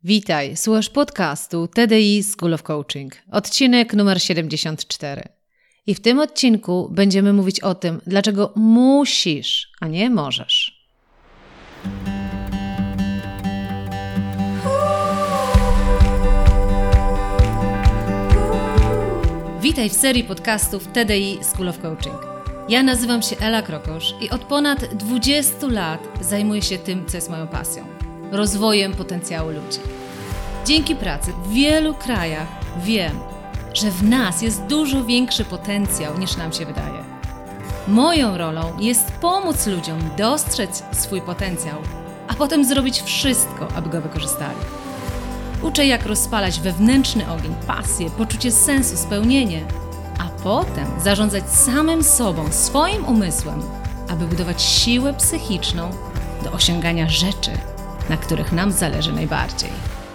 Witaj, słuchasz podcastu TDI School of Coaching, odcinek numer 74. I w tym odcinku będziemy mówić o tym, dlaczego musisz, a nie możesz. Witaj w serii podcastów TDI School of Coaching. Ja nazywam się Ela Krokosz i od ponad 20 lat zajmuję się tym, co jest moją pasją. Rozwojem potencjału ludzi. Dzięki pracy w wielu krajach wiem, że w nas jest dużo większy potencjał niż nam się wydaje. Moją rolą jest pomóc ludziom dostrzec swój potencjał, a potem zrobić wszystko, aby go wykorzystali. Uczę, jak rozpalać wewnętrzny ogień, pasję, poczucie sensu, spełnienie, a potem zarządzać samym sobą, swoim umysłem, aby budować siłę psychiczną do osiągania rzeczy, na których nam zależy najbardziej.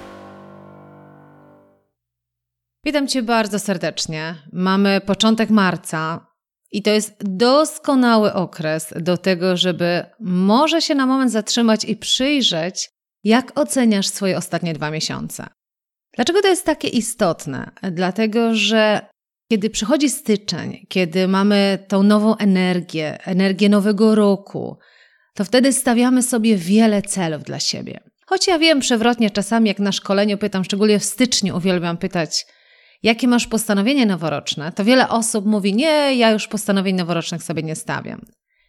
Witam Cię bardzo serdecznie. Mamy początek marca i to jest doskonały okres do tego, żeby może się na moment zatrzymać i przyjrzeć, jak oceniasz swoje ostatnie 2 miesiące. Dlaczego to jest takie istotne? Dlatego, że kiedy przychodzi styczeń, kiedy mamy tą nową energię nowego roku, to wtedy stawiamy sobie wiele celów dla siebie. Choć ja wiem przewrotnie czasami, jak na szkoleniu pytam, szczególnie w styczniu uwielbiam pytać, jakie masz postanowienie noworoczne, to wiele osób mówi, nie, ja już postanowień noworocznych sobie nie stawiam.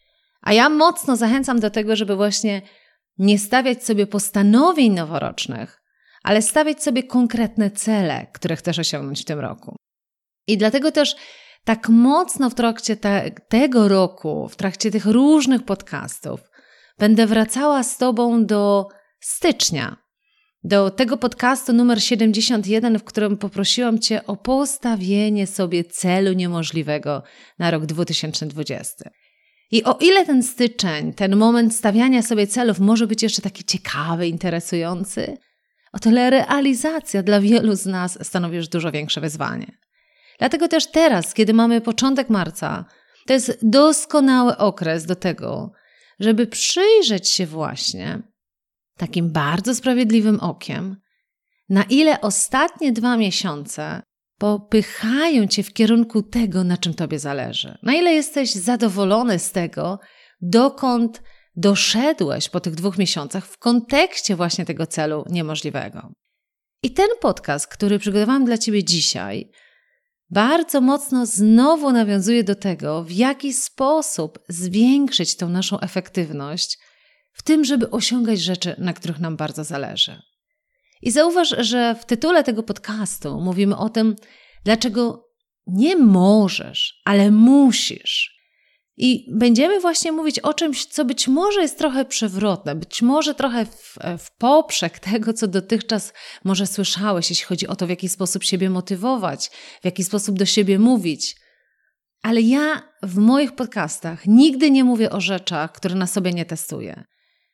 A ja mocno zachęcam do tego, żeby właśnie nie stawiać sobie postanowień noworocznych, ale stawiać sobie konkretne cele, które chcesz osiągnąć w tym roku. I dlatego też tak mocno w trakcie tego roku, w trakcie tych różnych podcastów, będę wracała z Tobą do stycznia, do tego podcastu numer 71, w którym poprosiłam Cię o postawienie sobie celu niemożliwego na rok 2020. I o ile ten styczeń, ten moment stawiania sobie celów może być jeszcze taki ciekawy, interesujący, o tyle realizacja dla wielu z nas stanowi już dużo większe wyzwanie. Dlatego też teraz, kiedy mamy początek marca, to jest doskonały okres do tego, żeby przyjrzeć się właśnie takim bardzo sprawiedliwym okiem, na ile ostatnie 2 miesiące popychają Cię w kierunku tego, na czym Tobie zależy. Na ile jesteś zadowolony z tego, dokąd doszedłeś po tych 2 miesiącach w kontekście właśnie tego celu niemożliwego. I ten podcast, który przygotowałam dla Ciebie dzisiaj, bardzo mocno znowu nawiązuje do tego, w jaki sposób zwiększyć tą naszą efektywność w tym, żeby osiągać rzeczy, na których nam bardzo zależy. I zauważ, że w tytule tego podcastu mówimy o tym, dlaczego nie możesz, ale musisz. I będziemy właśnie mówić o czymś, co być może jest trochę przewrotne, być może trochę w poprzek tego, co dotychczas może słyszałeś, jeśli chodzi o to, w jaki sposób siebie motywować, w jaki sposób do siebie mówić. Ale ja w moich podcastach nigdy nie mówię o rzeczach, które na sobie nie testuję,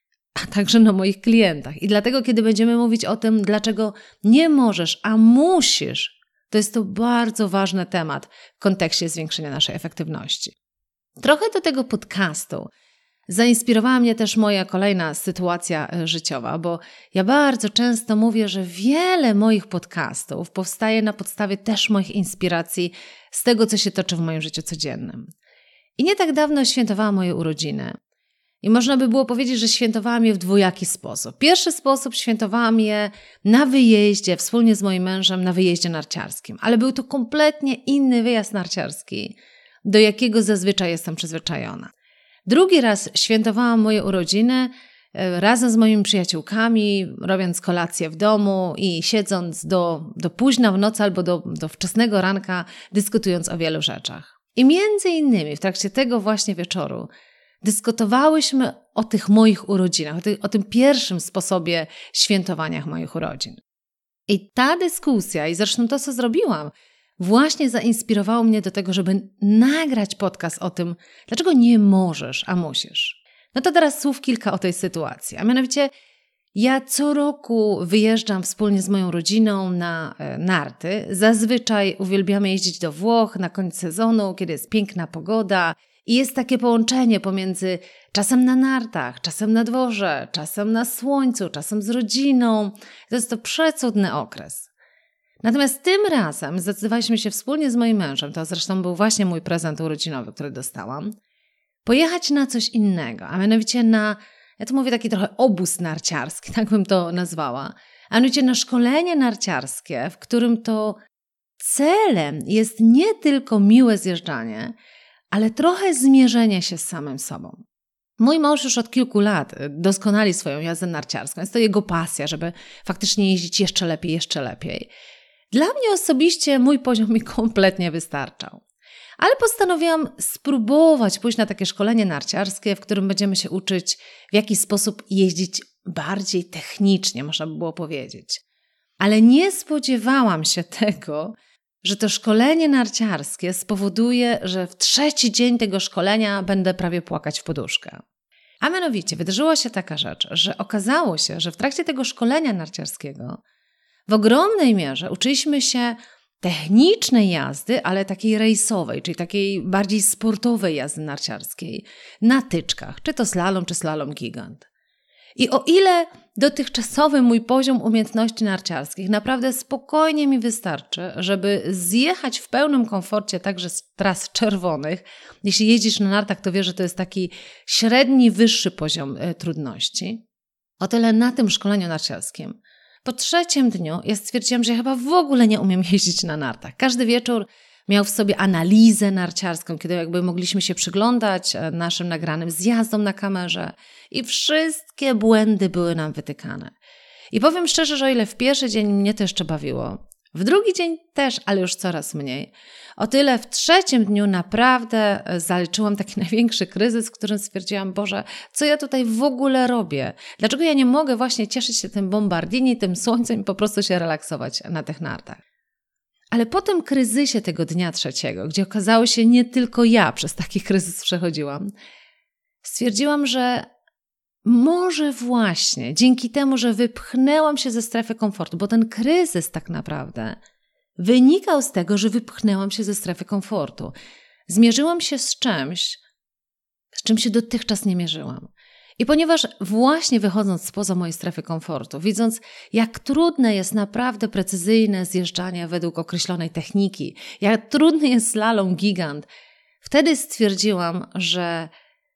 a także na moich klientach. I dlatego, kiedy będziemy mówić o tym, dlaczego nie możesz, a musisz, to jest to bardzo ważny temat w kontekście zwiększenia naszej efektywności. Trochę do tego podcastu zainspirowała mnie też moja kolejna sytuacja życiowa, bo ja bardzo często mówię, że wiele moich podcastów powstaje na podstawie też moich inspiracji z tego, co się toczy w moim życiu codziennym. I nie tak dawno świętowałam moje urodziny. I można by było powiedzieć, że świętowałam je w dwojaki sposób. Pierwszy sposób świętowałam je na wyjeździe, wspólnie z moim mężem, na wyjeździe narciarskim. Ale był to kompletnie inny wyjazd narciarski, do jakiego zazwyczaj jestem przyzwyczajona. Drugi raz świętowałam moje urodziny razem z moimi przyjaciółkami, robiąc kolację w domu i siedząc do późna w nocy albo do wczesnego ranka, dyskutując o wielu rzeczach. I między innymi w trakcie tego właśnie wieczoru dyskutowałyśmy o tych moich urodzinach, o tym pierwszym sposobie świętowania moich urodzin. I ta dyskusja, i zresztą to, co zrobiłam, właśnie zainspirowało mnie do tego, żeby nagrać podcast o tym, dlaczego nie możesz, a musisz. No to teraz słów kilka o tej sytuacji. A mianowicie ja co roku wyjeżdżam wspólnie z moją rodziną na narty. Zazwyczaj uwielbiamy jeździć do Włoch na koniec sezonu, kiedy jest piękna pogoda I jest takie połączenie pomiędzy czasem na nartach, czasem na dworze, czasem na słońcu, czasem z rodziną. To jest to przecudny okres. Natomiast tym razem zdecydowaliśmy się wspólnie z moim mężem, to zresztą był właśnie mój prezent urodzinowy, który dostałam, pojechać na coś innego, a mianowicie ja tu mówię taki trochę obóz narciarski, tak bym to nazwała, a mianowicie na szkolenie narciarskie, w którym to celem jest nie tylko miłe zjeżdżanie, ale trochę zmierzenie się z samym sobą. Mój mąż już od kilku lat doskonali swoją jazdę narciarską. Jest to jego pasja, żeby faktycznie jeździć jeszcze lepiej. Dla mnie osobiście mój poziom mi kompletnie wystarczał. Ale postanowiłam spróbować pójść na takie szkolenie narciarskie, w którym będziemy się uczyć, w jaki sposób jeździć bardziej technicznie, można by było powiedzieć. Ale nie spodziewałam się tego, że to szkolenie narciarskie spowoduje, że w 3. dzień tego szkolenia będę prawie płakać w poduszkę. A mianowicie wydarzyła się taka rzecz, że okazało się, że w trakcie tego szkolenia narciarskiego w ogromnej mierze uczyliśmy się technicznej jazdy, ale takiej rejsowej, czyli takiej bardziej sportowej jazdy narciarskiej na tyczkach, czy to slalom, czy slalom gigant. I o ile dotychczasowy mój poziom umiejętności narciarskich naprawdę spokojnie mi wystarczy, żeby zjechać w pełnym komforcie także z tras czerwonych, jeśli jeździsz na nartach, to wiesz, że to jest taki średni, wyższy poziom trudności, o tyle na tym szkoleniu narciarskim po 3. dniu ja stwierdziłam, że ja chyba w ogóle nie umiem jeździć na nartach. Każdy wieczór miał w sobie analizę narciarską, kiedy jakby mogliśmy się przyglądać naszym nagranym zjazdom na kamerze i wszystkie błędy były nam wytykane. I powiem szczerze, że o ile w pierwszy dzień mnie to jeszcze bawiło, w drugi dzień też, ale już coraz mniej, o tyle w 3. dniu naprawdę zaliczyłam taki największy kryzys, w którym stwierdziłam, Boże, co ja tutaj w ogóle robię? Dlaczego ja nie mogę właśnie cieszyć się tym Bombardini, tym słońcem i po prostu się relaksować na tych nartach? Ale po tym kryzysie tego dnia 3, gdzie okazało się nie tylko ja przez taki kryzys przechodziłam, stwierdziłam, że może właśnie dzięki temu, że wypchnęłam się ze strefy komfortu, bo ten kryzys tak naprawdę wynikał z tego, że wypchnęłam się ze strefy komfortu. Zmierzyłam się z czymś się dotychczas nie mierzyłam. I ponieważ właśnie wychodząc spoza mojej strefy komfortu, widząc jak trudne jest naprawdę precyzyjne zjeżdżanie według określonej techniki, jak trudny jest slalom gigant, wtedy stwierdziłam, że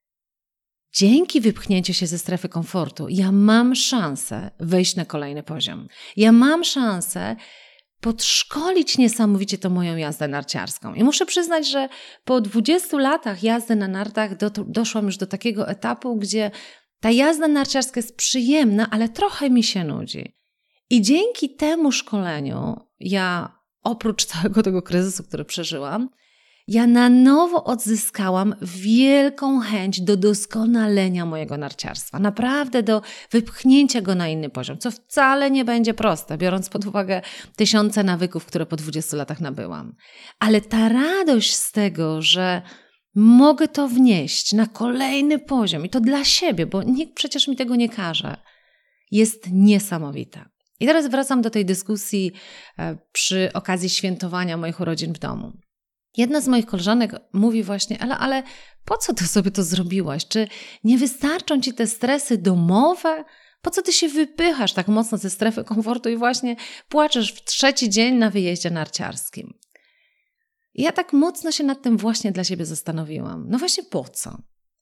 dzięki wypchnięciu się ze strefy komfortu ja mam szansę wejść na kolejny poziom. Ja mam szansę podszkolić niesamowicie tą moją jazdę narciarską. I muszę przyznać, że po 20 latach jazdy na nartach doszłam już do takiego etapu, gdzie ta jazda narciarska jest przyjemna, ale trochę mi się nudzi. I dzięki temu szkoleniu ja, oprócz całego tego kryzysu, który przeżyłam, ja na nowo odzyskałam wielką chęć do doskonalenia mojego narciarstwa. Naprawdę do wypchnięcia go na inny poziom, co wcale nie będzie proste, biorąc pod uwagę tysiące nawyków, które po 20 latach nabyłam. Ale ta radość z tego, że mogę to wnieść na kolejny poziom i to dla siebie, bo nikt przecież mi tego nie każe, jest niesamowita. I teraz wracam do tej dyskusji przy okazji świętowania moich urodzin w domu. Jedna z moich koleżanek mówi właśnie, ale po co ty sobie to zrobiłaś? Czy nie wystarczą ci te stresy domowe? Po co ty się wypychasz tak mocno ze strefy komfortu i właśnie płaczesz w 3. dzień na wyjeździe narciarskim? I ja tak mocno się nad tym właśnie dla siebie zastanowiłam. No właśnie po co?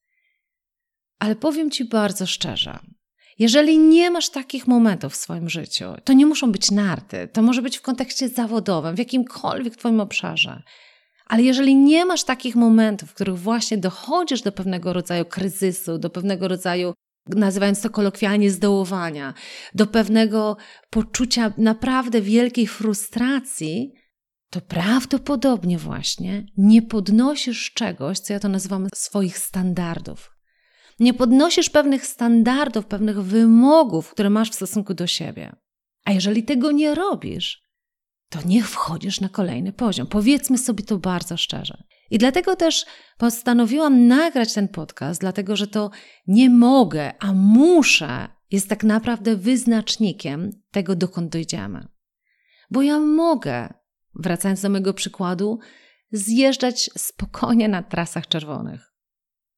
Ale powiem ci bardzo szczerze, jeżeli nie masz takich momentów w swoim życiu, to nie muszą być narty, to może być w kontekście zawodowym, w jakimkolwiek twoim obszarze. Ale jeżeli nie masz takich momentów, w których właśnie dochodzisz do pewnego rodzaju kryzysu, do pewnego rodzaju, nazywając to kolokwialnie, zdołowania, do pewnego poczucia naprawdę wielkiej frustracji, to prawdopodobnie właśnie nie podnosisz czegoś, co ja to nazywam swoich standardów. Nie podnosisz pewnych standardów, pewnych wymogów, które masz w stosunku do siebie. A jeżeli tego nie robisz, to nie wchodzisz na kolejny poziom. Powiedzmy sobie to bardzo szczerze. I dlatego też postanowiłam nagrać ten podcast, dlatego że to nie mogę, a muszę jest tak naprawdę wyznacznikiem tego, dokąd dojdziemy. Bo ja mogę, wracając do mojego przykładu, zjeżdżać spokojnie na trasach czerwonych.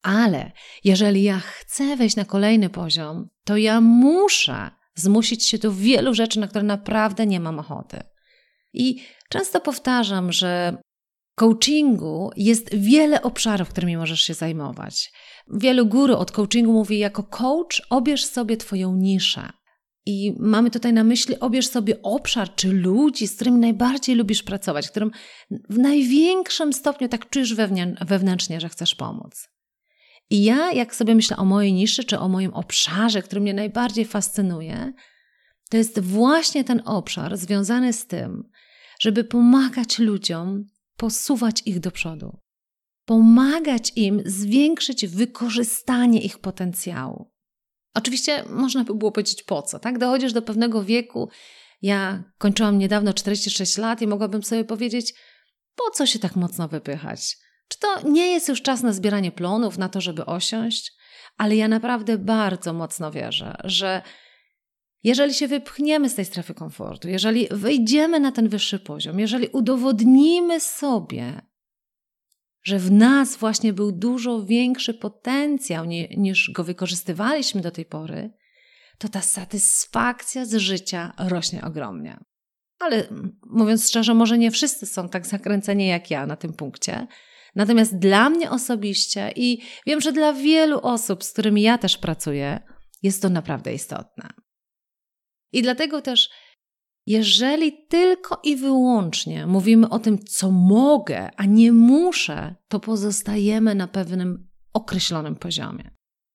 Ale jeżeli ja chcę wejść na kolejny poziom, to ja muszę zmusić się do wielu rzeczy, na które naprawdę nie mam ochoty. I często powtarzam, że w coachingu jest wiele obszarów, którymi możesz się zajmować. Wielu guru od coachingu mówi, jako coach obierz sobie twoją niszę. I mamy tutaj na myśli, obierz sobie obszar czy ludzi, z którymi najbardziej lubisz pracować, którym w największym stopniu tak czujesz wewnętrznie, że chcesz pomóc. I ja, jak sobie myślę o mojej niszy, czy o moim obszarze, który mnie najbardziej fascynuje, to jest właśnie ten obszar związany z tym, żeby pomagać ludziom posuwać ich do przodu. Pomagać im zwiększyć wykorzystanie ich potencjału. Oczywiście można by było powiedzieć po co, tak? Dochodzisz do pewnego wieku, ja kończyłam niedawno 46 lat i mogłabym sobie powiedzieć, po co się tak mocno wypychać? Czy to nie jest już czas na zbieranie plonów, na to, żeby osiąść? Ale ja naprawdę bardzo mocno wierzę, że jeżeli się wypchniemy z tej strefy komfortu, jeżeli wejdziemy na ten wyższy poziom, jeżeli udowodnimy sobie, że w nas właśnie był dużo większy potencjał niż go wykorzystywaliśmy do tej pory, to ta satysfakcja z życia rośnie ogromnie. Ale mówiąc szczerze, może nie wszyscy są tak zakręceni jak ja na tym punkcie. Natomiast dla mnie osobiście i wiem, że dla wielu osób, z którymi ja też pracuję, jest to naprawdę istotne. I dlatego też, jeżeli tylko i wyłącznie mówimy o tym, co mogę, a nie muszę, to pozostajemy na pewnym określonym poziomie.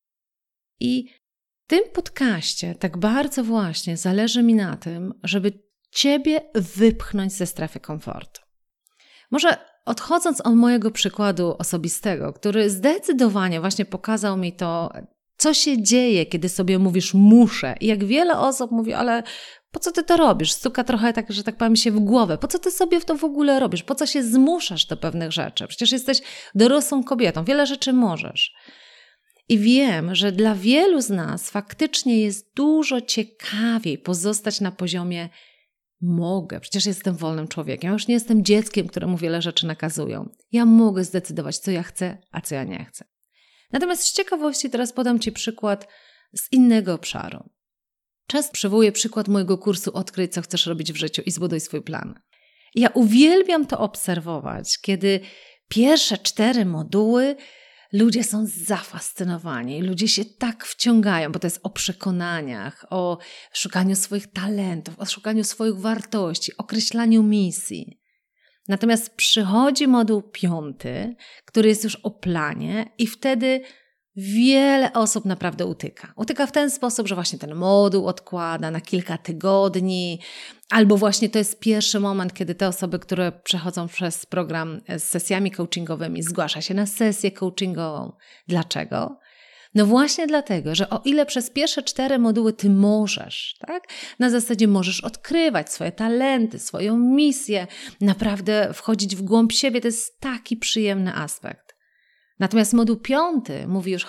I w tym podcaście tak bardzo właśnie zależy mi na tym, żeby Ciebie wypchnąć ze strefy komfortu. Może odchodząc od mojego przykładu osobistego, który zdecydowanie właśnie pokazał mi to, co się dzieje, kiedy sobie mówisz muszę. I jak wiele osób mówi, ale po co ty to robisz? Stuka trochę tak, że tak powiem, się w głowę. Po co ty sobie to w ogóle robisz? Po co się zmuszasz do pewnych rzeczy? Przecież jesteś dorosłą kobietą. Wiele rzeczy możesz. I wiem, że dla wielu z nas faktycznie jest dużo ciekawiej pozostać na poziomie mogę. Przecież jestem wolnym człowiekiem. Ja już nie jestem dzieckiem, któremu wiele rzeczy nakazują. Ja mogę zdecydować, co ja chcę, a co ja nie chcę. Natomiast z ciekawości teraz podam Ci przykład z innego obszaru. Często przywołuję przykład mojego kursu Odkryj, co chcesz robić w życiu i zbuduj swój plan. Ja uwielbiam to obserwować, kiedy pierwsze 4 moduły ludzie są zafascynowani, ludzie się tak wciągają, bo to jest o przekonaniach, o szukaniu swoich talentów, o szukaniu swoich wartości, określaniu misji. Natomiast przychodzi moduł 5, który jest już o planie i wtedy wiele osób naprawdę utyka. Utyka w ten sposób, że właśnie ten moduł odkłada na kilka tygodni, albo właśnie to jest pierwszy moment, kiedy te osoby, które przechodzą przez program z sesjami coachingowymi, zgłasza się na sesję coachingową. Dlaczego? No właśnie dlatego, że o ile przez pierwsze 4 moduły ty możesz, tak? Na zasadzie możesz odkrywać swoje talenty, swoją misję, naprawdę wchodzić w głąb siebie, to jest taki przyjemny aspekt. Natomiast moduł 5 mówi już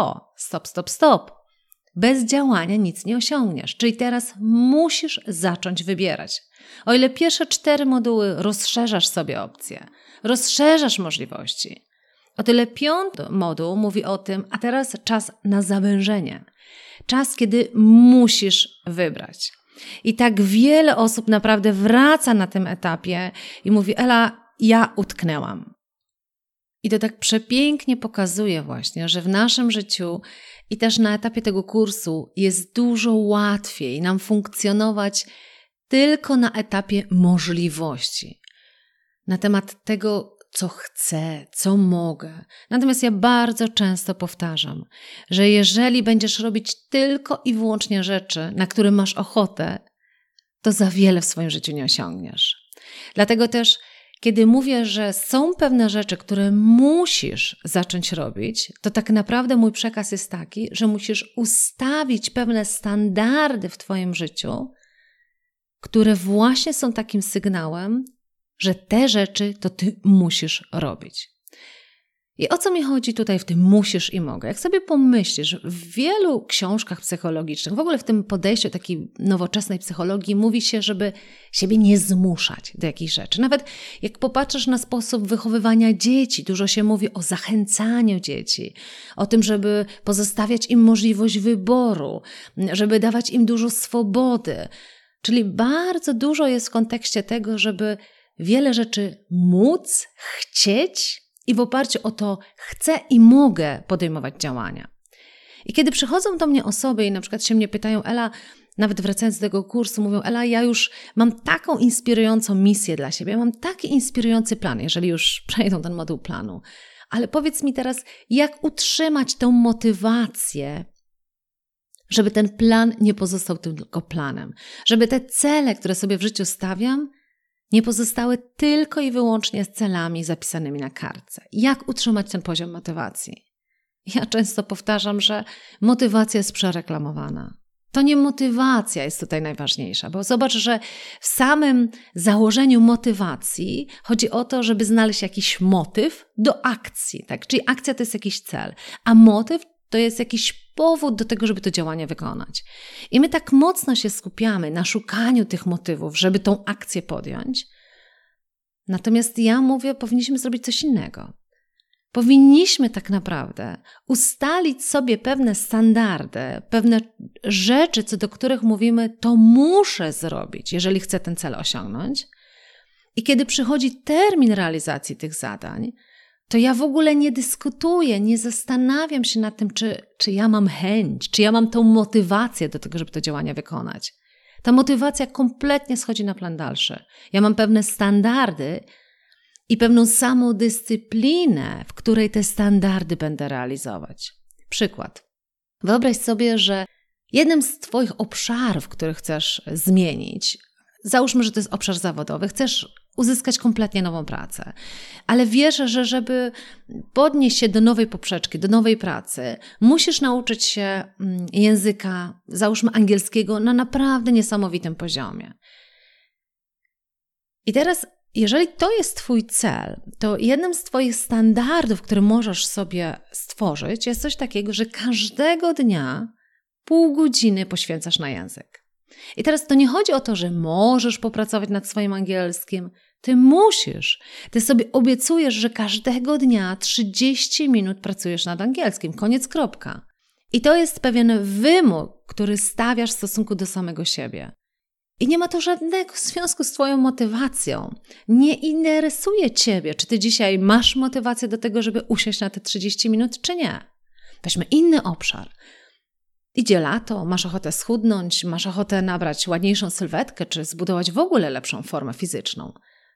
stop. Bez działania nic nie osiągniesz, czyli teraz musisz zacząć wybierać. O ile pierwsze 4 moduły rozszerzasz sobie opcje, rozszerzasz możliwości, o tyle 5 moduł mówi o tym, a teraz czas na zawężenie. Czas, kiedy musisz wybrać. I tak wiele osób naprawdę wraca na tym etapie i mówi, Ela, ja utknęłam. I to tak przepięknie pokazuje właśnie, że w naszym życiu i też na etapie tego kursu jest dużo łatwiej nam funkcjonować tylko na etapie możliwości. Na temat tego, co chcę, co mogę. Natomiast ja bardzo często powtarzam, że jeżeli będziesz robić tylko i wyłącznie rzeczy, na które masz ochotę, to za wiele w swoim życiu nie osiągniesz. Dlatego też kiedy mówię, że są pewne rzeczy, które musisz zacząć robić, to tak naprawdę mój przekaz jest taki, że musisz ustawić pewne standardy w Twoim życiu, które właśnie są takim sygnałem, że te rzeczy to Ty musisz robić. I o co mi chodzi tutaj w tym musisz i mogę? Jak sobie pomyślisz, w wielu książkach psychologicznych, w ogóle w tym podejściu takiej nowoczesnej psychologii mówi się, żeby siebie nie zmuszać do jakichś rzeczy. Nawet jak popatrzysz na sposób wychowywania dzieci, dużo się mówi o zachęcaniu dzieci, o tym, żeby pozostawiać im możliwość wyboru, żeby dawać im dużo swobody. Czyli bardzo dużo jest w kontekście tego, żeby wiele rzeczy móc, chcieć i w oparciu o to chcę i mogę podejmować działania. I kiedy przychodzą do mnie osoby i na przykład się mnie pytają, Ela, nawet wracając do tego kursu, mówią, Ela, ja już mam taką inspirującą misję dla siebie, mam taki inspirujący plan, jeżeli już przejdą ten moduł planu. Ale powiedz mi teraz, jak utrzymać tę motywację, żeby ten plan nie pozostał tylko planem, żeby te cele, które sobie w życiu stawiam, nie pozostały tylko i wyłącznie celami zapisanymi na kartce. Jak utrzymać ten poziom motywacji? Ja często powtarzam, że motywacja jest przereklamowana. To nie motywacja jest tutaj najważniejsza, bo zobacz, że w samym założeniu motywacji chodzi o to, żeby znaleźć jakiś motyw do akcji, tak? Czyli akcja to jest jakiś cel, a motyw to jest jakiś powód do tego, żeby to działanie wykonać. I my tak mocno się skupiamy na szukaniu tych motywów, żeby tą akcję podjąć. Natomiast ja mówię, powinniśmy zrobić coś innego. Powinniśmy tak naprawdę ustalić sobie pewne standardy, pewne rzeczy, co do których mówimy, to muszę zrobić, jeżeli chcę ten cel osiągnąć. I kiedy przychodzi termin realizacji tych zadań, to ja w ogóle nie dyskutuję, nie zastanawiam się nad tym, czy ja mam chęć, czy ja mam tą motywację do tego, żeby to działanie wykonać. Ta motywacja kompletnie schodzi na plan dalszy. Ja mam pewne standardy i pewną samodyscyplinę, w której te standardy będę realizować. Przykład. Wyobraź sobie, że jednym z Twoich obszarów, który chcesz zmienić, załóżmy, że to jest obszar zawodowy, chcesz uzyskać kompletnie nową pracę, ale wiesz, że żeby podnieść się do nowej poprzeczki, do nowej pracy, musisz nauczyć się języka, załóżmy angielskiego, na naprawdę niesamowitym poziomie. I teraz, jeżeli to jest Twój cel, to jednym z Twoich standardów, które możesz sobie stworzyć, jest coś takiego, że każdego dnia pół godziny poświęcasz na język. I teraz to nie chodzi o to, że możesz popracować nad swoim angielskim. Ty musisz. Ty sobie obiecujesz, że każdego dnia 30 minut pracujesz nad angielskim. Koniec, kropka. I to jest pewien wymóg, który stawiasz w stosunku do samego siebie. I nie ma to żadnego związku z Twoją motywacją. Nie interesuje Ciebie, czy Ty dzisiaj masz motywację do tego, żeby usiąść na te 30 minut, czy nie. Weźmy inny obszar. Idzie lato, masz ochotę schudnąć, masz ochotę nabrać ładniejszą sylwetkę, czy zbudować w ogóle lepszą formę fizyczną.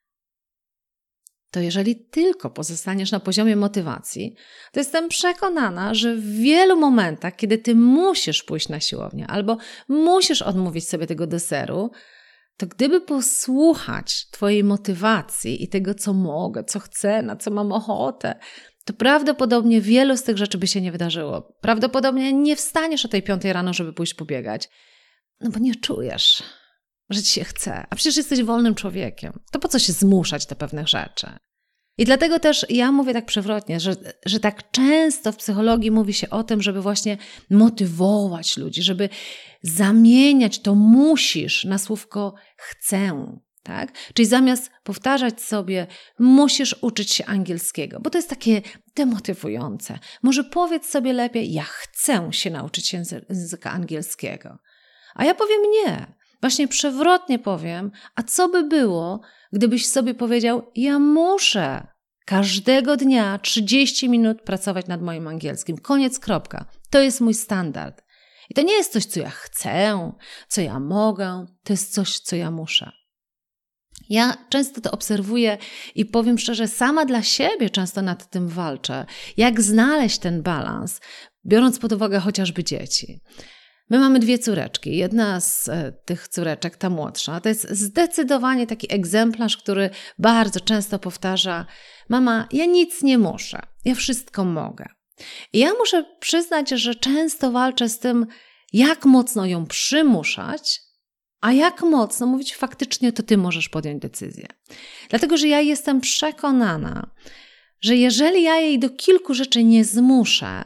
To jeżeli tylko pozostaniesz na poziomie motywacji, to jestem przekonana, że w wielu momentach, kiedy ty musisz pójść na siłownię albo musisz odmówić sobie tego deseru, to gdyby posłuchać Twojej motywacji i tego, co mogę, co chcę, na co mam ochotę, to prawdopodobnie wielu z tych rzeczy by się nie wydarzyło. Prawdopodobnie nie wstaniesz o tej 5 rano, żeby pójść pobiegać, no bo nie czujesz, że Ci się chce. A przecież jesteś wolnym człowiekiem. To po co się zmuszać do pewnych rzeczy? I dlatego też ja mówię tak przewrotnie, że tak często w psychologii mówi się o tym, żeby właśnie motywować ludzi, żeby zamieniać to musisz na słówko chcę. Tak? Czyli zamiast powtarzać sobie, musisz uczyć się angielskiego, bo to jest takie demotywujące. Może powiedz sobie lepiej, ja chcę się nauczyć języka angielskiego. A ja powiem nie. Właśnie przewrotnie powiem, a co by było, gdybyś sobie powiedział, ja muszę każdego dnia 30 minut pracować nad moim angielskim. Koniec, kropka. To jest mój standard. I to nie jest coś, co ja chcę, co ja mogę, to jest coś, co ja muszę. Ja często to obserwuję i powiem szczerze, sama dla siebie często nad tym walczę. Jak znaleźć ten balans, biorąc pod uwagę chociażby dzieci. My mamy 2 córeczki. Jedna z tych córeczek, ta młodsza, to jest zdecydowanie taki egzemplarz, który bardzo często powtarza: mama, ja nic nie muszę, ja wszystko mogę. I ja muszę przyznać, że często walczę z tym, jak mocno ją przymuszać, a jak mocno mówić faktycznie to ty możesz podjąć decyzję. Dlatego, że ja jestem przekonana, że jeżeli ja jej do kilku rzeczy nie zmuszę,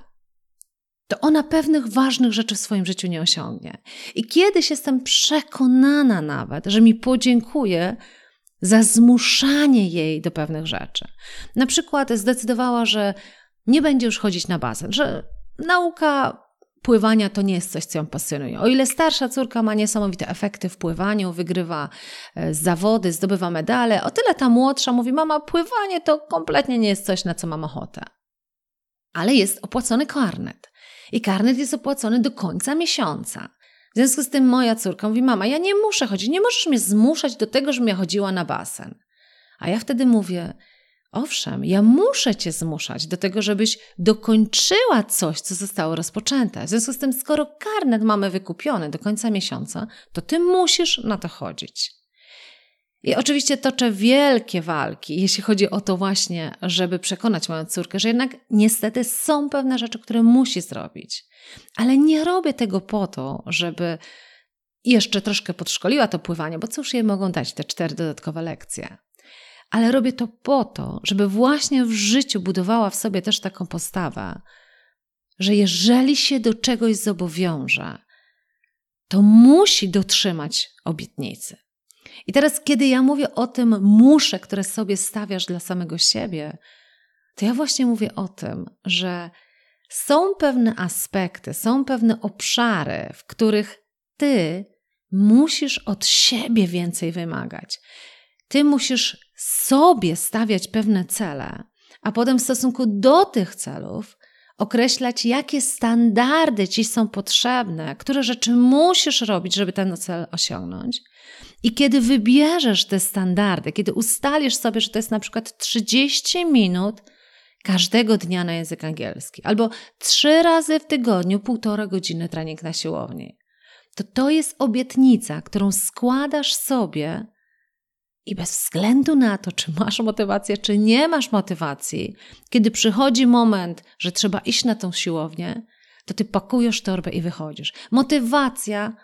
to ona pewnych ważnych rzeczy w swoim życiu nie osiągnie. I kiedyś jestem przekonana nawet, że mi podziękuje za zmuszanie jej do pewnych rzeczy. Na przykład zdecydowała, że nie będzie już chodzić na basen, że nauka pływania to nie jest coś, co ją pasjonuje. O ile starsza córka ma niesamowite efekty w pływaniu, wygrywa zawody, zdobywa medale, o tyle ta młodsza mówi, mama, pływanie to kompletnie nie jest coś, na co mam ochotę. Ale jest opłacony karnet. I karnet jest opłacony do końca miesiąca. W związku z tym moja córka mówi, mama, ja nie muszę chodzić, nie możesz mnie zmuszać do tego, żebym ja chodziła na basen. A ja wtedy mówię, owszem, ja muszę cię zmuszać do tego, żebyś dokończyła coś, co zostało rozpoczęte. W związku z tym, skoro karnet mamy wykupiony do końca miesiąca, to ty musisz na to chodzić. I oczywiście toczę wielkie walki, jeśli chodzi o to właśnie, żeby przekonać moją córkę, że jednak niestety są pewne rzeczy, które musi zrobić. Ale nie robię tego po to, żeby jeszcze troszkę podszkoliła to pływanie, bo cóż jej mogą dać te 4 dodatkowe lekcje. Ale robię to po to, żeby właśnie w życiu budowała w sobie też taką postawę, że jeżeli się do czegoś zobowiąże, to musi dotrzymać obietnicy. I teraz, kiedy ja mówię o tym muszę, które sobie stawiasz dla samego siebie, to ja właśnie mówię o tym, że są pewne aspekty, są pewne obszary, w których ty musisz od siebie więcej wymagać. Ty musisz sobie stawiać pewne cele, a potem w stosunku do tych celów określać, jakie standardy ci są potrzebne, które rzeczy musisz robić, żeby ten cel osiągnąć. I kiedy wybierzesz te standardy, kiedy ustalisz sobie, że to jest na przykład 30 minut każdego dnia na język angielski, albo 3 razy w tygodniu 1,5 godziny trening na siłowni, to jest obietnica, którą składasz sobie i bez względu na to, czy masz motywację, czy nie masz motywacji, kiedy przychodzi moment, że trzeba iść na tą siłownię, to ty pakujesz torbę i wychodzisz. Motywacja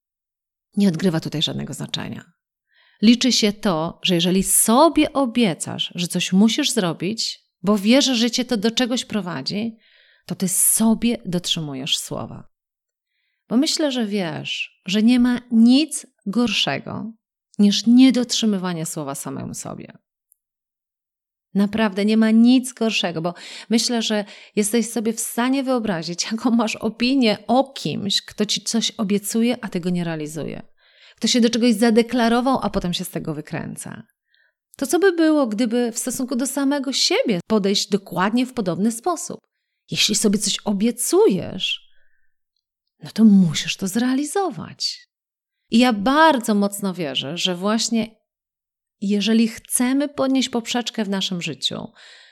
nie odgrywa tutaj żadnego znaczenia. Liczy się to, że jeżeli sobie obiecasz, że coś musisz zrobić, bo wiesz, że cię to do czegoś prowadzi, to ty sobie dotrzymujesz słowa. Bo myślę, że wiesz, że nie ma nic gorszego niż niedotrzymywanie słowa samemu sobie. Naprawdę nie ma nic gorszego, bo myślę, że jesteś sobie w stanie wyobrazić, jaką masz opinię o kimś, kto ci coś obiecuje, a tego nie realizuje. Kto się do czegoś zadeklarował, a potem się z tego wykręca. To co by było, gdyby w stosunku do samego siebie podejść dokładnie w podobny sposób? Jeśli sobie coś obiecujesz, no to musisz to zrealizować. I ja bardzo mocno wierzę, że właśnie jeżeli chcemy podnieść poprzeczkę w naszym życiu,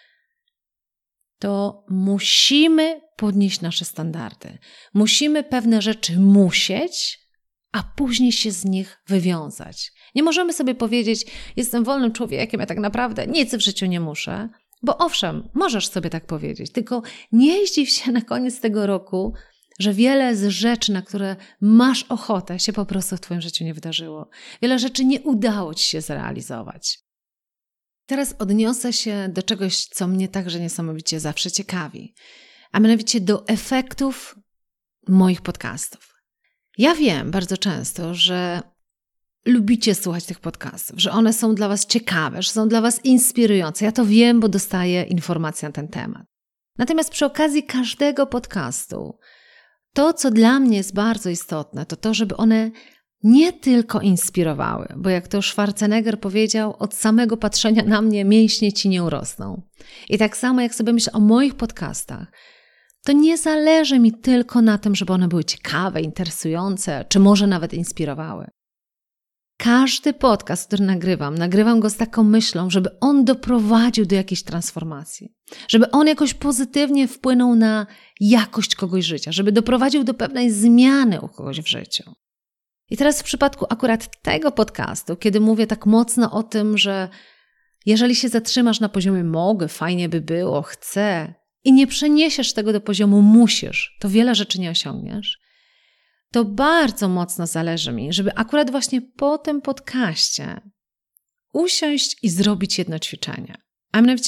to musimy podnieść nasze standardy. Musimy pewne rzeczy musieć, a później się z nich wywiązać. Nie możemy sobie powiedzieć, jestem wolnym człowiekiem, ja tak naprawdę nic w życiu nie muszę, bo owszem, możesz sobie tak powiedzieć, tylko nie zdziw się na koniec tego roku, że wiele z rzeczy, na które masz ochotę, się po prostu w twoim życiu nie wydarzyło. Wiele rzeczy nie udało ci się zrealizować. Teraz odniosę się do czegoś, co mnie także niesamowicie zawsze ciekawi, a mianowicie do efektów moich podcastów. Ja wiem bardzo często, że lubicie słuchać tych podcastów, że one są dla was ciekawe, że są dla was inspirujące. Ja to wiem, bo dostaję informacje na ten temat. Natomiast przy okazji każdego podcastu to, co dla mnie jest bardzo istotne, to to, żeby one nie tylko inspirowały, bo jak to Schwarzenegger powiedział, od samego patrzenia na mnie mięśnie ci nie urosną. I tak samo jak sobie myślę o moich podcastach, to nie zależy mi tylko na tym, żeby one były ciekawe, interesujące, czy może nawet inspirowały. Każdy podcast, który nagrywam go z taką myślą, żeby on doprowadził do jakiejś transformacji, żeby on jakoś pozytywnie wpłynął na jakość kogoś życia, żeby doprowadził do pewnej zmiany u kogoś w życiu. I teraz w przypadku akurat tego podcastu, kiedy mówię tak mocno o tym, że jeżeli się zatrzymasz na poziomie mogę, fajnie by było, chcę i nie przeniesiesz tego do poziomu musisz, to wiele rzeczy nie osiągniesz, to bardzo mocno zależy mi, żeby akurat właśnie po tym podcaście usiąść i zrobić jedno ćwiczenie. A mianowicie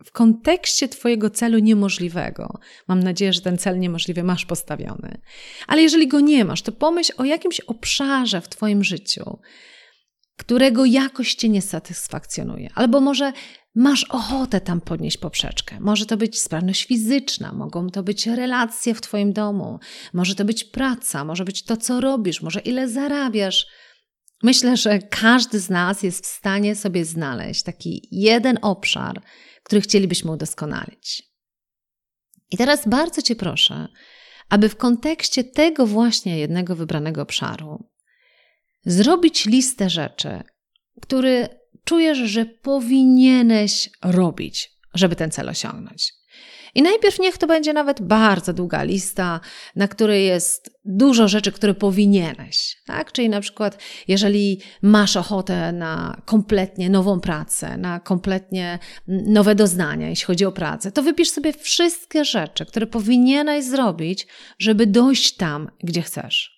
w kontekście Twojego celu niemożliwego. Mam nadzieję, że ten cel niemożliwy masz postawiony. Ale jeżeli go nie masz, to pomyśl o jakimś obszarze w Twoim życiu, którego jakoś Cię nie satysfakcjonuje. Albo może masz ochotę tam podnieść poprzeczkę. Może to być sprawność fizyczna, mogą to być relacje w Twoim domu, może to być praca, może być to, co robisz, może ile zarabiasz. Myślę, że każdy z nas jest w stanie sobie znaleźć taki jeden obszar, który chcielibyśmy udoskonalić. I teraz bardzo Cię proszę, aby w kontekście tego właśnie jednego wybranego obszaru zrobić listę rzeczy, które czujesz, że powinieneś robić, żeby ten cel osiągnąć. I najpierw niech to będzie nawet bardzo długa lista, na której jest dużo rzeczy, które powinieneś. Tak? Czyli na przykład, jeżeli masz ochotę na kompletnie nową pracę, na kompletnie nowe doznania, jeśli chodzi o pracę, to wypisz sobie wszystkie rzeczy, które powinieneś zrobić, żeby dojść tam, gdzie chcesz.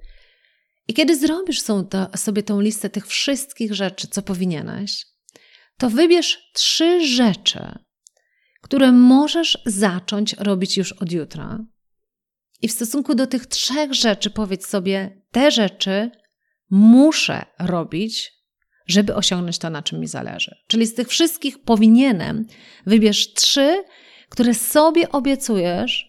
I kiedy zrobisz sobie tą listę tych wszystkich rzeczy, co powinieneś, to wybierz 3 rzeczy, które możesz zacząć robić już od jutra. I w stosunku do tych 3 rzeczy powiedz sobie, te rzeczy muszę robić, żeby osiągnąć to, na czym mi zależy. Czyli z tych wszystkich powinienem wybierz 3, które sobie obiecujesz,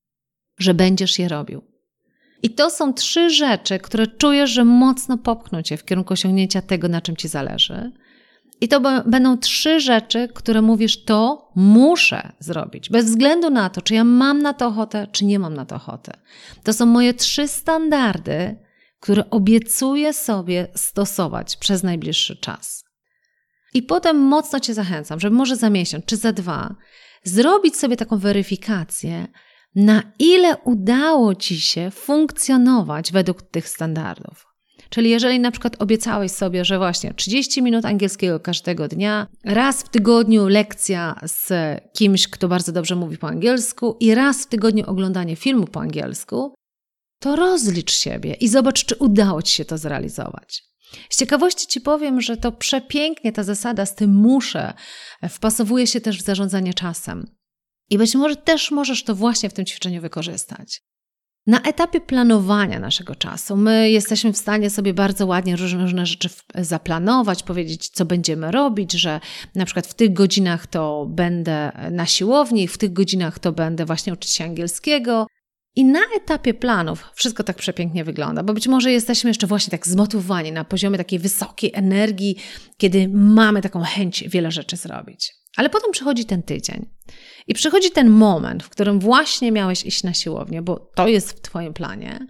że będziesz je robił. I to są 3 rzeczy, które czujesz, że mocno popchną Cię w kierunku osiągnięcia tego, na czym Ci zależy. I to będą 3 rzeczy, które mówisz, to muszę zrobić. Bez względu na to, czy ja mam na to ochotę, czy nie mam na to ochotę. To są moje 3 standardy, które obiecuję sobie stosować przez najbliższy czas. I potem mocno Cię zachęcam, żeby może za miesiąc czy za 2 zrobić sobie taką weryfikację, na ile udało Ci się funkcjonować według tych standardów. Czyli jeżeli na przykład obiecałeś sobie, że właśnie 30 minut angielskiego każdego dnia, raz w tygodniu lekcja z kimś, kto bardzo dobrze mówi po angielsku i raz w tygodniu oglądanie filmu po angielsku, to rozlicz siebie i zobacz, czy udało Ci się to zrealizować. Z ciekawości Ci powiem, że to przepięknie ta zasada z tym muszę wpasowuje się też w zarządzanie czasem. I być może też możesz to właśnie w tym ćwiczeniu wykorzystać. Na etapie planowania naszego czasu my jesteśmy w stanie sobie bardzo ładnie różne rzeczy zaplanować, powiedzieć, co będziemy robić, że na przykład w tych godzinach to będę na siłowni, w tych godzinach to będę właśnie uczyć się angielskiego. I na etapie planów wszystko tak przepięknie wygląda, bo być może jesteśmy jeszcze właśnie tak zmotywowani na poziomie takiej wysokiej energii, kiedy mamy taką chęć wiele rzeczy zrobić. Ale potem przychodzi ten tydzień i przychodzi ten moment, w którym właśnie miałeś iść na siłownię, bo to jest w Twoim planie.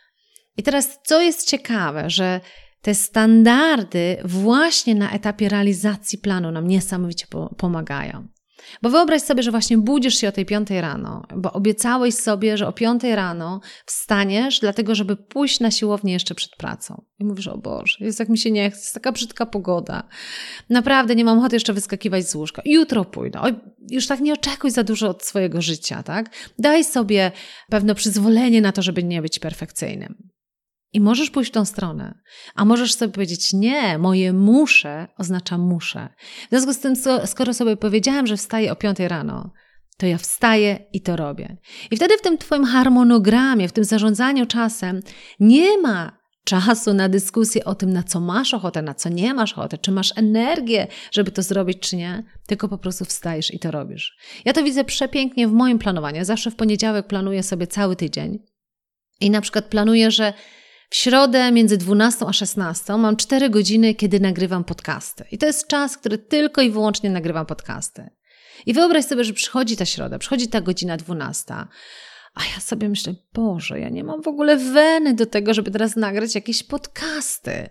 I teraz co jest ciekawe, że te standardy właśnie na etapie realizacji planu nam niesamowicie pomagają. Bo wyobraź sobie, że właśnie budzisz się o tej 5 rano, bo obiecałeś sobie, że o 5 rano wstaniesz, dlatego żeby pójść na siłownię jeszcze przed pracą. I mówisz, o Boże, jest jak mi się nie chce, jest taka brzydka pogoda. Naprawdę nie mam ochoty jeszcze wyskakiwać z łóżka. Jutro pójdę. Oj, już tak nie oczekuj za dużo od swojego życia, tak? Daj sobie pewne przyzwolenie na to, żeby nie być perfekcyjnym. I możesz pójść w tą stronę, a możesz sobie powiedzieć, nie, moje muszę oznacza muszę. W związku z tym, skoro sobie powiedziałam, że wstaję o 5 rano, to ja wstaję i to robię. I wtedy w tym Twoim harmonogramie, w tym zarządzaniu czasem nie ma czasu na dyskusję o tym, na co masz ochotę, na co nie masz ochotę, czy masz energię, żeby to zrobić, czy nie, tylko po prostu wstajesz i to robisz. Ja to widzę przepięknie w moim planowaniu. Ja zawsze w poniedziałek planuję sobie cały tydzień i na przykład planuję, że w środę między 12 a 16 mam 4 godziny, kiedy nagrywam podcasty. I to jest czas, który tylko i wyłącznie nagrywam podcasty. I wyobraź sobie, że przychodzi ta środa, przychodzi ta godzina 12, a ja sobie myślę, Boże, ja nie mam w ogóle weny do tego, żeby teraz nagrać jakieś podcasty.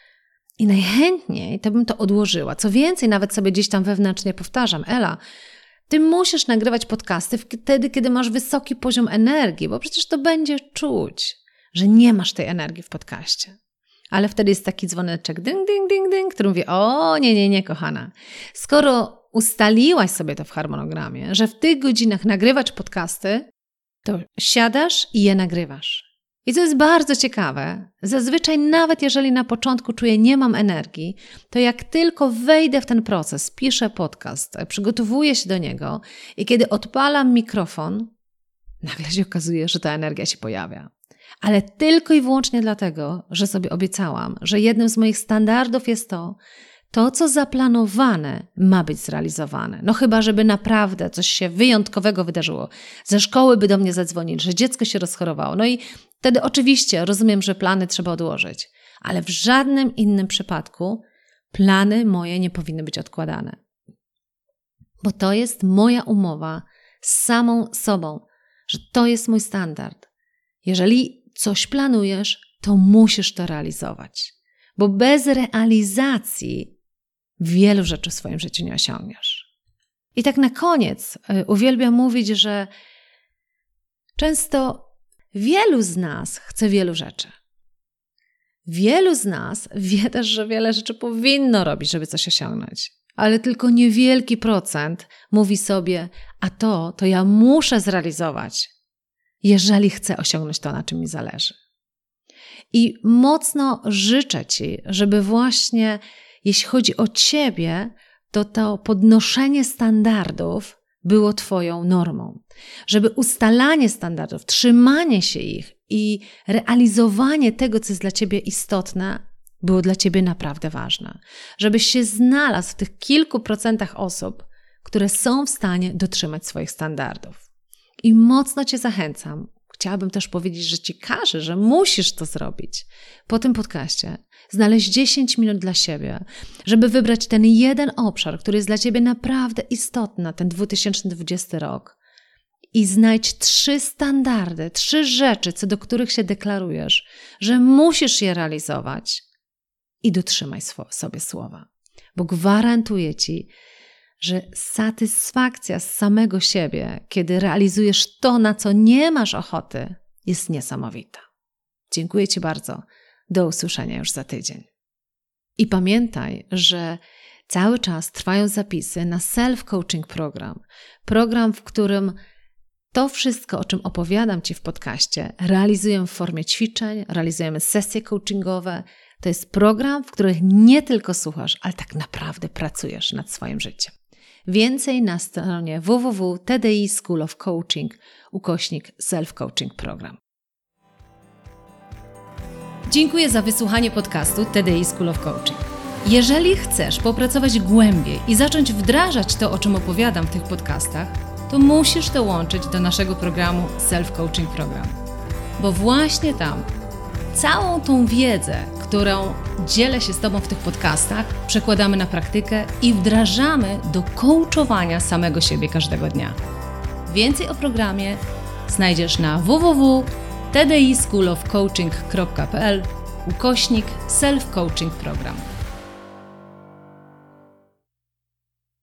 I najchętniej to bym to odłożyła. Co więcej, nawet sobie gdzieś tam wewnętrznie powtarzam, Ela, Ty musisz nagrywać podcasty wtedy, kiedy masz wysoki poziom energii, bo przecież to będzie czuć, że nie masz tej energii w podcaście. Ale wtedy jest taki dzwoneczek ding, ding, ding, ding, który mówi, o nie, kochana. Skoro ustaliłaś sobie to w harmonogramie, że w tych godzinach nagrywać podcasty, to siadasz i je nagrywasz. I co jest bardzo ciekawe, zazwyczaj nawet jeżeli na początku czuję, nie mam energii, to jak tylko wejdę w ten proces, piszę podcast, przygotowuję się do niego i kiedy odpalam mikrofon, nagle się okazuje, że ta energia się pojawia. Ale tylko i wyłącznie dlatego, że sobie obiecałam, że jednym z moich standardów jest to, co zaplanowane, ma być zrealizowane. No chyba, żeby naprawdę coś się wyjątkowego wydarzyło. Ze szkoły by do mnie zadzwonili, że dziecko się rozchorowało. No i wtedy oczywiście rozumiem, że plany trzeba odłożyć. Ale w żadnym innym przypadku plany moje nie powinny być odkładane. Bo to jest moja umowa z samą sobą, że to jest mój standard. Jeżeli coś planujesz, to musisz to realizować. Bo bez realizacji wielu rzeczy w swoim życiu nie osiągniesz. I tak na koniec uwielbiam mówić, że często wielu z nas chce wielu rzeczy. Wielu z nas wie też, że wiele rzeczy powinno robić, żeby coś osiągnąć. Ale tylko niewielki procent mówi sobie, a to ja muszę zrealizować, jeżeli chcę osiągnąć to, na czym mi zależy. I mocno życzę Ci, żeby właśnie, jeśli chodzi o Ciebie, to podnoszenie standardów było Twoją normą. Żeby ustalanie standardów, trzymanie się ich i realizowanie tego, co jest dla Ciebie istotne, było dla Ciebie naprawdę ważne. Żebyś się znalazł w tych kilku procentach osób, które są w stanie dotrzymać swoich standardów. I mocno Cię zachęcam. Chciałabym też powiedzieć, że Ci każę, że musisz to zrobić. Po tym podcaście znaleźć 10 minut dla siebie, żeby wybrać ten jeden obszar, który jest dla Ciebie naprawdę istotny na ten 2020 rok i znajdź 3 standardy, 3 rzeczy, co do których się deklarujesz, że musisz je realizować i dotrzymaj sobie słowa. Bo gwarantuję Ci, że satysfakcja z samego siebie, kiedy realizujesz to, na co nie masz ochoty, jest niesamowita. Dziękuję Ci bardzo. Do usłyszenia już za tydzień. I pamiętaj, że cały czas trwają zapisy na self-coaching program. Program, w którym to wszystko, o czym opowiadam Ci w podcaście, realizuję w formie ćwiczeń, realizujemy sesje coachingowe. To jest program, w którym nie tylko słuchasz, ale tak naprawdę pracujesz nad swoim życiem. Więcej na stronie www.TDI School of Coaching /self-coaching program. Dziękuję za wysłuchanie podcastu TDI School of Coaching. Jeżeli chcesz popracować głębiej i zacząć wdrażać to, o czym opowiadam w tych podcastach, to musisz dołączyć do naszego programu Self-Coaching Program. Bo właśnie tam całą tą wiedzę, którą dzielę się z Tobą w tych podcastach, przekładamy na praktykę i wdrażamy do coachowania samego siebie każdego dnia. Więcej o programie znajdziesz na www.tdischoolofcoaching.pl /self-coaching program.